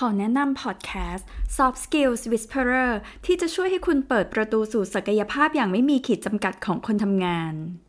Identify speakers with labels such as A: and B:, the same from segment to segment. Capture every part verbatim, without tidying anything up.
A: ขอแนะนำพอดแคสต์ Soft Skills Whisperer ที่จะช่วยให้คุณเปิดประตูสู่ศักยภาพอย่างไม่มีขีดจำกัดของคนทำงาน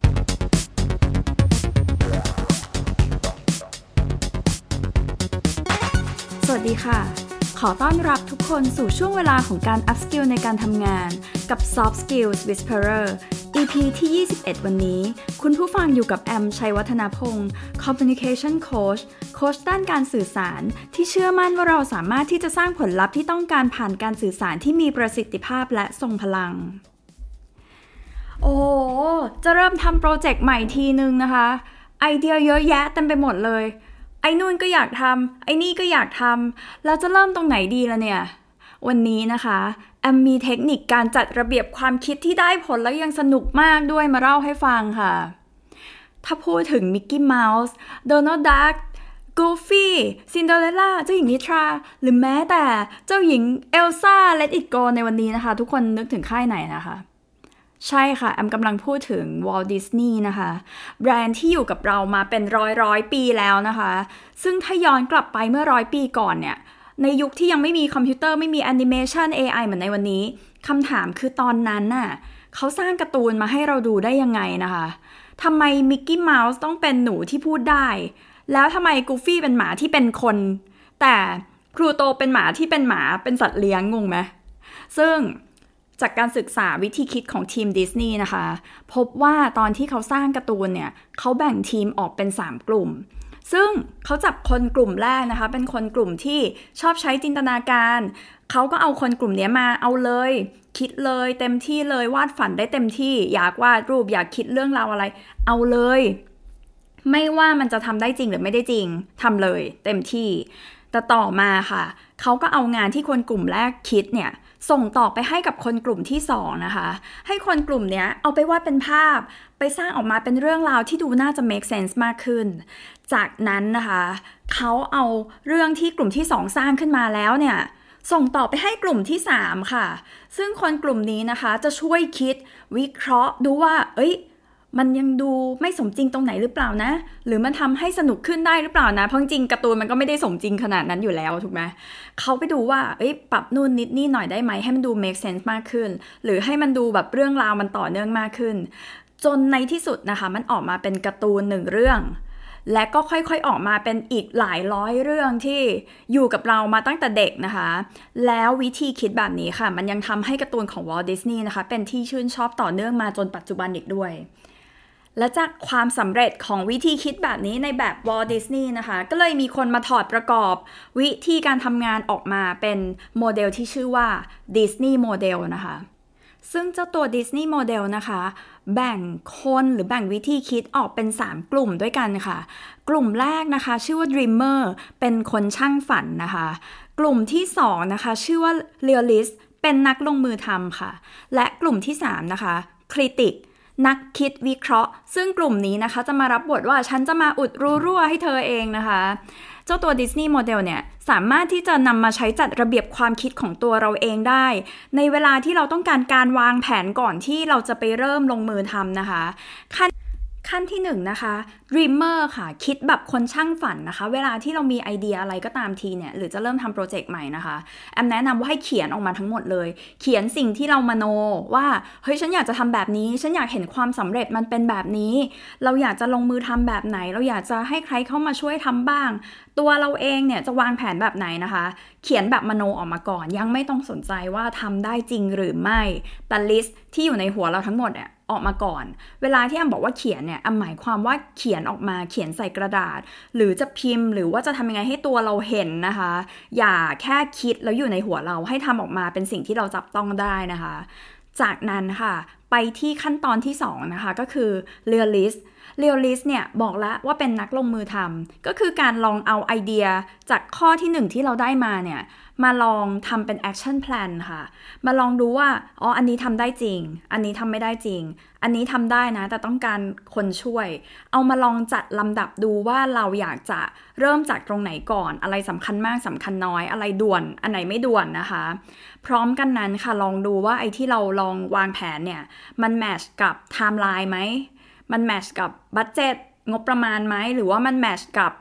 A: สวัสดีค่ะ ขอต้อนรับทุกคนสู่ช่วงเวลาของการ Up Skill ในการทำงานกับ Soft Skills Whisperer อี พี ที่ ยี่สิบเอ็ด วันนี้คุณผู้ฟังอยู่กับแอม ชัยวัฒนาพงศ์ Communication Coach โค้ชด้านการสื่อสารที่เชื่อมั่นว่าเราสามารถที่จะสร้างผลลัพธ์ที่ต้องการผ่านการสื่อสารที่มีประสิทธิภาพและทรงพลังโอ้จะเริ่มทำโปรเจกต์ใหม่ทีนึงนะคะไอเดียเยอะแยะเต็มไปหมดเลยไอ้นู่นก็อยากทำไอ้นี่ก็อยากทำแล้วจะเริ่มตรงไหนดีล่ะเนี่ยวันนี้นะคะแอมมีเทคนิคการจัดระเบียบความคิดที่ได้ผลและยังสนุกมากด้วยมาเล่าให้ฟังค่ะถ้าพูดถึงมิกกี้เมาส์โดนัลด์ดักกูฟี่ซินเดอเรลล่าเจ้าหญิงนิทราหรือแม้แต่เจ้าหญิงเอลซ่าเลทอิทโกในวันนี้นะคะทุกคนนึกถึงค่ายไหนนะคะใช่ค่ะแอมกำลังพูดถึง Walt Disney นะคะแบรนด์ที่อยู่กับเรามาเป็นร้อยร้อยปีแล้วนะคะซึ่งถ้าย้อนกลับไปเมื่อร้อยปีก่อนเนี่ยในยุคที่ยังไม่มีคอมพิวเตอร์ไม่มีแอนิเมชัน เอ ไอ เหมือนในวันนี้คำถามคือตอนนั้นน่ะเขาสร้างการ์ตูนมาให้เราดูได้ยังไงนะคะทำไมมิกกี้เมาส์ต้องเป็นหนูที่พูดได้แล้วทำไมกูฟี่เป็นหมาที่เป็นคนแต่พลูโตเป็นหมาที่เป็นหมาเป็นสัตว์เลี้ยงงงไหมซึ่งจากการศึกษาวิธีคิดของทีมดิสนีย์นะคะพบว่าตอนที่เขาสร้างการ์ตูนเนี่ยเขาแบ่งทีมออกเป็นสามกลุ่มซึ่งเขาจับคนกลุ่มแรกนะคะเป็นคนกลุ่มที่ชอบใช้จินตนาการเขาก็เอาคนกลุ่มนี้มาเอาเลยคิดเลยเต็มที่เลยวาดฝันได้เต็มที่อยากวาดรูปอยากคิดเรื่องราวอะไรเอาเลยไม่ว่ามันจะทำได้จริงหรือไม่ได้จริงทำเลยเต็มที่แต่ต่อมาค่ะเขาก็เอางานที่คนกลุ่มแรกคิดเนี่ยส่งต่อไปให้กับคนกลุ่มที่สองนะคะให้คนกลุ่มนี้เอาไปวาดเป็นภาพไปสร้างออกมาเป็นเรื่องราวที่ดูน่าจะ make sense มากขึ้นจากนั้นนะคะเขาเอาเรื่องที่กลุ่มที่สองสร้างขึ้นมาแล้วเนี่ยส่งต่อไปให้กลุ่มที่สามค่ะซึ่งคนกลุ่มนี้นะคะจะช่วยคิดวิเคราะห์ดูว่าเอ้ยมันยังดูไม่สมจริงตรงไหนหรือเปล่านะหรือมันทำให้สนุกขึ้นได้หรือเปล่านะเพราะจริงการ์ตูนมันก็ไม่ได้สมจริงขนาดนั้นอยู่แล้วถูกไหมเขาไปดูว่าเอ้ยปรับนู่นนิดนี่หน่อยได้ไหมให้มันดู make sense มากขึ้นหรือให้มันดูแบบเรื่องราวมันต่อเนื่องมากขึ้นจนในที่สุดนะคะมันออกมาเป็นการ์ตูนหนึ่งเรื่องและก็ค่อยๆออกมาเป็นอีกหลายร้อยเรื่องที่อยู่กับเรามาตั้งแต่เด็กนะคะแล้ววิธีคิดแบบนี้ค่ะมันยังทำให้การ์ตูนของ Walt Disney นะคะเป็นที่ชื่นชอบต่อเนื่องมาจนปัจจุบันอีกด้วยและจากความสำเร็จของวิธีคิดแบบนี้ในแบบ Walt Disney นะคะก็เลยมีคนมาถอดประกอบวิธีการทำงานออกมาเป็นโมเดลที่ชื่อว่า Disney Model นะคะซึ่งเจ้าตัว Disney Model นะคะแบ่งคนหรือแบ่งวิธีคิดออกเป็นสามกลุ่มด้วยกันค่ะกลุ่มแรกนะคะชื่อว่า Dreamer เป็นคนช่างฝันนะคะกลุ่มที่สองนะคะชื่อว่า Realist เป็นนักลงมือทำค่ะและกลุ่มที่สามนะคะ Criticนักคิดวิเคราะห์ซึ่งกลุ่มนี้นะคะจะมารับบทว่าฉันจะมาอุดรูรั่วให้เธอเองนะคะเจ้าตัว Disney Model เนี่ยสามารถที่จะนำมาใช้จัดระเบียบความคิดของตัวเราเองได้ในเวลาที่เราต้องการการวางแผนก่อนที่เราจะไปเริ่มลงมือทำนะคะขั้นขั้นที่หนึ่งนะคะ Dreamer ค่ะคิดแบบคนช่างฝันนะคะเวลาที่เรามีไอเดียอะไรก็ตามทีเนี่ยหรือจะเริ่มทำโปรเจกต์ใหม่นะคะแอมแนะนำว่าให้เขียนออกมาทั้งหมดเลยเขียนสิ่งที่เรามโนว่าเฮ้ยฉันอยากจะทำแบบนี้ฉันอยากเห็นความสำเร็จมันเป็นแบบนี้เราอยากจะลงมือทำแบบไหนเราอยากจะให้ใครเข้ามาช่วยทำบ้างตัวเราเองเนี่ยจะวางแผนแบบไหนนะคะเขียนแบบมโนออกมาก่อนยังไม่ต้องสนใจว่าทำได้จริงหรือไม่แต่ลิสต์ที่อยู่ในหัวเราทั้งหมดเนี่ยออกมาก่อนเวลาที่แอมบอกว่าเขียนเนี่ยแอมหมายความว่าเขียนออกมาเขียนใส่กระดาษหรือจะพิมพ์หรือว่าจะทำยังไงให้ตัวเราเห็นนะคะอย่าแค่คิดแล้วอยู่ในหัวเราให้ทำออกมาเป็นสิ่งที่เราจับต้องได้นะคะจากนั้นค่ะไปที่ขั้นตอนที่สองนะคะก็คือ realist realist เนี่ยบอกแล้วว่าเป็นนักลงมือทำก็คือการลองเอาไอเดียจากข้อที่หนึ่งที่เราได้มาเนี่ยมาลองทำเป็น action plan ค่ะมาลองดูว่าอ๋ออันนี้ทำได้จริงอันนี้ทำไม่ได้จริงอันนี้ทำได้นะแต่ต้องการคนช่วยเอามาลองจัดลำดับดูว่าเราอยากจะเริ่มจากตรงไหนก่อนอะไรสำคัญมากสำคัญน้อยอะไรด่วนอันไหนไม่ด่วนนะคะพร้อมกันนั้นค่ะลองดูว่าไอ้ที่เราลองวางแผนเนี่ยมันแมทช์กับไทม์ไลน์ไหมมันแมทช์กับบัดเจ็ตงบประมาณไหมหรือว่ามันแมทช์กับ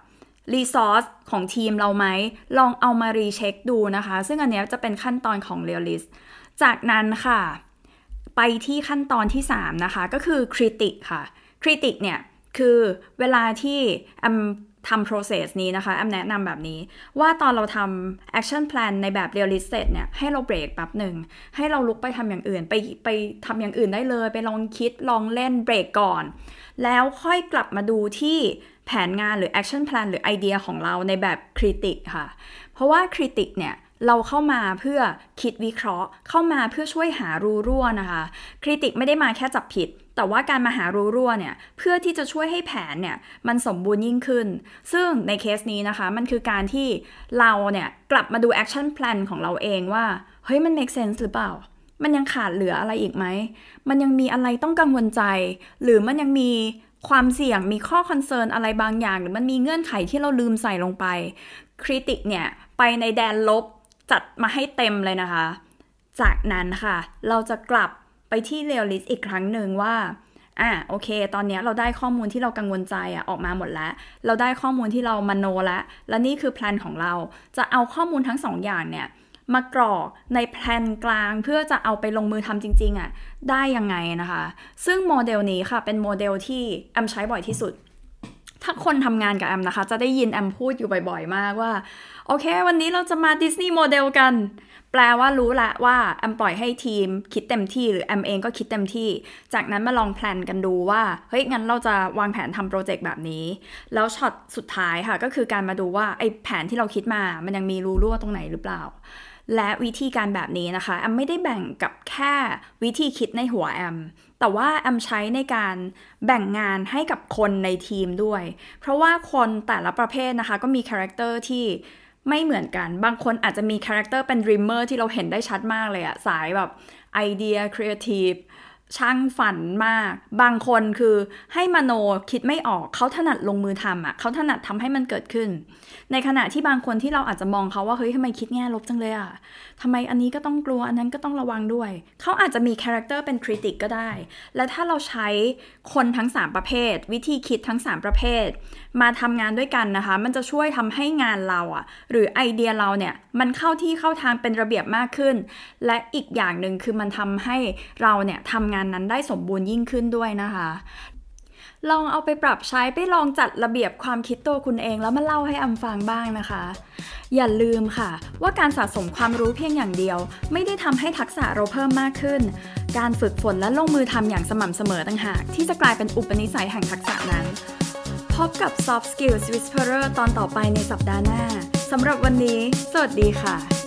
A: รีซอสของทีมเราไหมลองเอามารีเช็คดูนะคะซึ่งอันนี้จะเป็นขั้นตอนของ Realist จากนั้นค่ะไปที่ขั้นตอนที่สามนะคะก็คือ Critic ค่ะ Critic เนี่ยคือเวลาที่แอมทำ process นี้นะคะแอมแนะนำแบบนี้ว่าตอนเราทำ action plan ในแบบ realist เสร็จเนี่ยให้เราเบรกแป๊บหนึ่งให้เราลุกไปทำอย่างอื่นไปไปทำอย่างอื่นได้เลยไปลองคิดลองเล่นเบรกก่อนแล้วค่อยกลับมาดูที่แผนงานหรือ action plan หรือไอเดียของเราในแบบ critic ค่ะเพราะว่า critic เนี่ยเราเข้ามาเพื่อคิดวิเคราะห์เข้ามาเพื่อช่วยหารูรั่วนะคะคริติกไม่ได้มาแค่จับผิดแต่ว่าการมาหารูรั่วเนี่ยเพื่อที่จะช่วยให้แผนเนี่ยมันสมบูรณ์ยิ่งขึ้นซึ่งในเคสนี้นะคะมันคือการที่เราเนี่ยกลับมาดู action plan ของเราเองว่าเฮ้ยมัน make sense หรือเปล่ามันยังขาดเหลืออะไรอีกไหมมันยังมีอะไรต้องกังวลใจหรือมันยังมีความเสี่ยงมีข้อคอนเซิร์นอะไรบางอย่างหรือมันมีเงื่อนไขที่เราลืมใส่ลงไปคริติกเนี่ยไปในแดนลบจัดมาให้เต็มเลยนะคะจากนั้นค่ะเราจะกลับไปที่ Realist อีกครั้งหนึ่งว่าอ่ะโอเคตอนนี้เราได้ข้อมูลที่เรากังวลใจอ่ะออกมาหมดแล้วเราได้ข้อมูลที่เรามโนแล้วและนี่คือแพลนของเราจะเอาข้อมูลทั้งสองอย่างเนี่ยมากรอกในแพลนกลางเพื่อจะเอาไปลงมือทำจริงๆอ่ะได้ยังไงนะคะซึ่งโมเดลนี้ค่ะเป็นโมเดลที่แอมใช้บ่อยที่สุดถ้าคนทำงานกับแอมนะคะจะได้ยินแอมพูดอยู่บ่อยๆมากว่าโอเควันนี้เราจะมาดิสนีย์โมเดลกันแปลว่ารู้ละว่าแอมปล่อยให้ทีมคิดเต็มที่หรือแอมเองก็คิดเต็มที่จากนั้นมาลองแพลนกันดูว่าเฮ้ยงั้นเราจะวางแผนทำโปรเจกต์แบบนี้แล้วช็อตสุดท้ายค่ะก็คือการมาดูว่าไอ้แผนที่เราคิดมามันยังมีรูรั่วตรงไหนหรือเปล่าและวิธีการแบบนี้นะคะแอมไม่ได้แบ่งกับแค่วิธีคิดในหัวแอมแต่ว่าแอมใช้ในการแบ่งงานให้กับคนในทีมด้วยเพราะว่าคนแต่ละประเภทนะคะก็มีคาแรคเตอร์ที่ไม่เหมือนกันบางคนอาจจะมีคาแรคเตอร์เป็น dreamer ที่เราเห็นได้ชัดมากเลยอะสายแบบไอเดีย creative ช่างฝันมากบางคนคือให้มโนคิดไม่ออกเขาถนัดลงมือทำอ่ะเขาถนัดทำให้มันเกิดขึ้นในขณะที่บางคนที่เราอาจจะมองเขาว่าเฮ้ยทำไมคิดแง่ลบจังเลยอ่ะทำไมอันนี้ก็ต้องกลัวอันนั้นก็ต้องระวังด้วยเขาอาจจะมีคาแรคเตอร์เป็นคริติกก็ได้และถ้าเราใช้คนทั้งสามประเภทวิธีคิดทั้งสามประเภทมาทำงานด้วยกันนะคะมันจะช่วยทำให้งานเราอ่ะหรือไอเดียเราเนี่ยมันเข้าที่เข้าทางเป็นระเบียบมากขึ้นและอีกอย่างหนึ่งคือมันทำให้เราเนี่ยทำงานนั้นได้สมบูรณ์ยิ่งขึ้นด้วยนะคะลองเอาไปปรับใช้ไปลองจัดระเบียบความคิดตัวคุณเองแล้วมาเล่าให้อำฟังบ้างนะคะอย่าลืมค่ะว่าการสะสมความรู้เพียงอย่างเดียวไม่ได้ทำให้ทักษะเราเพิ่มมากขึ้นการฝึกฝนและลงมือทำอย่างสม่ำเสมอต่างหากที่จะกลายเป็นอุปนิสัยแห่งทักษะนั้นพบกับ Soft Skills Whisperer ตอนต่อไปในสัปดาห์หน้าสำหรับวันนี้สวัสดีค่ะ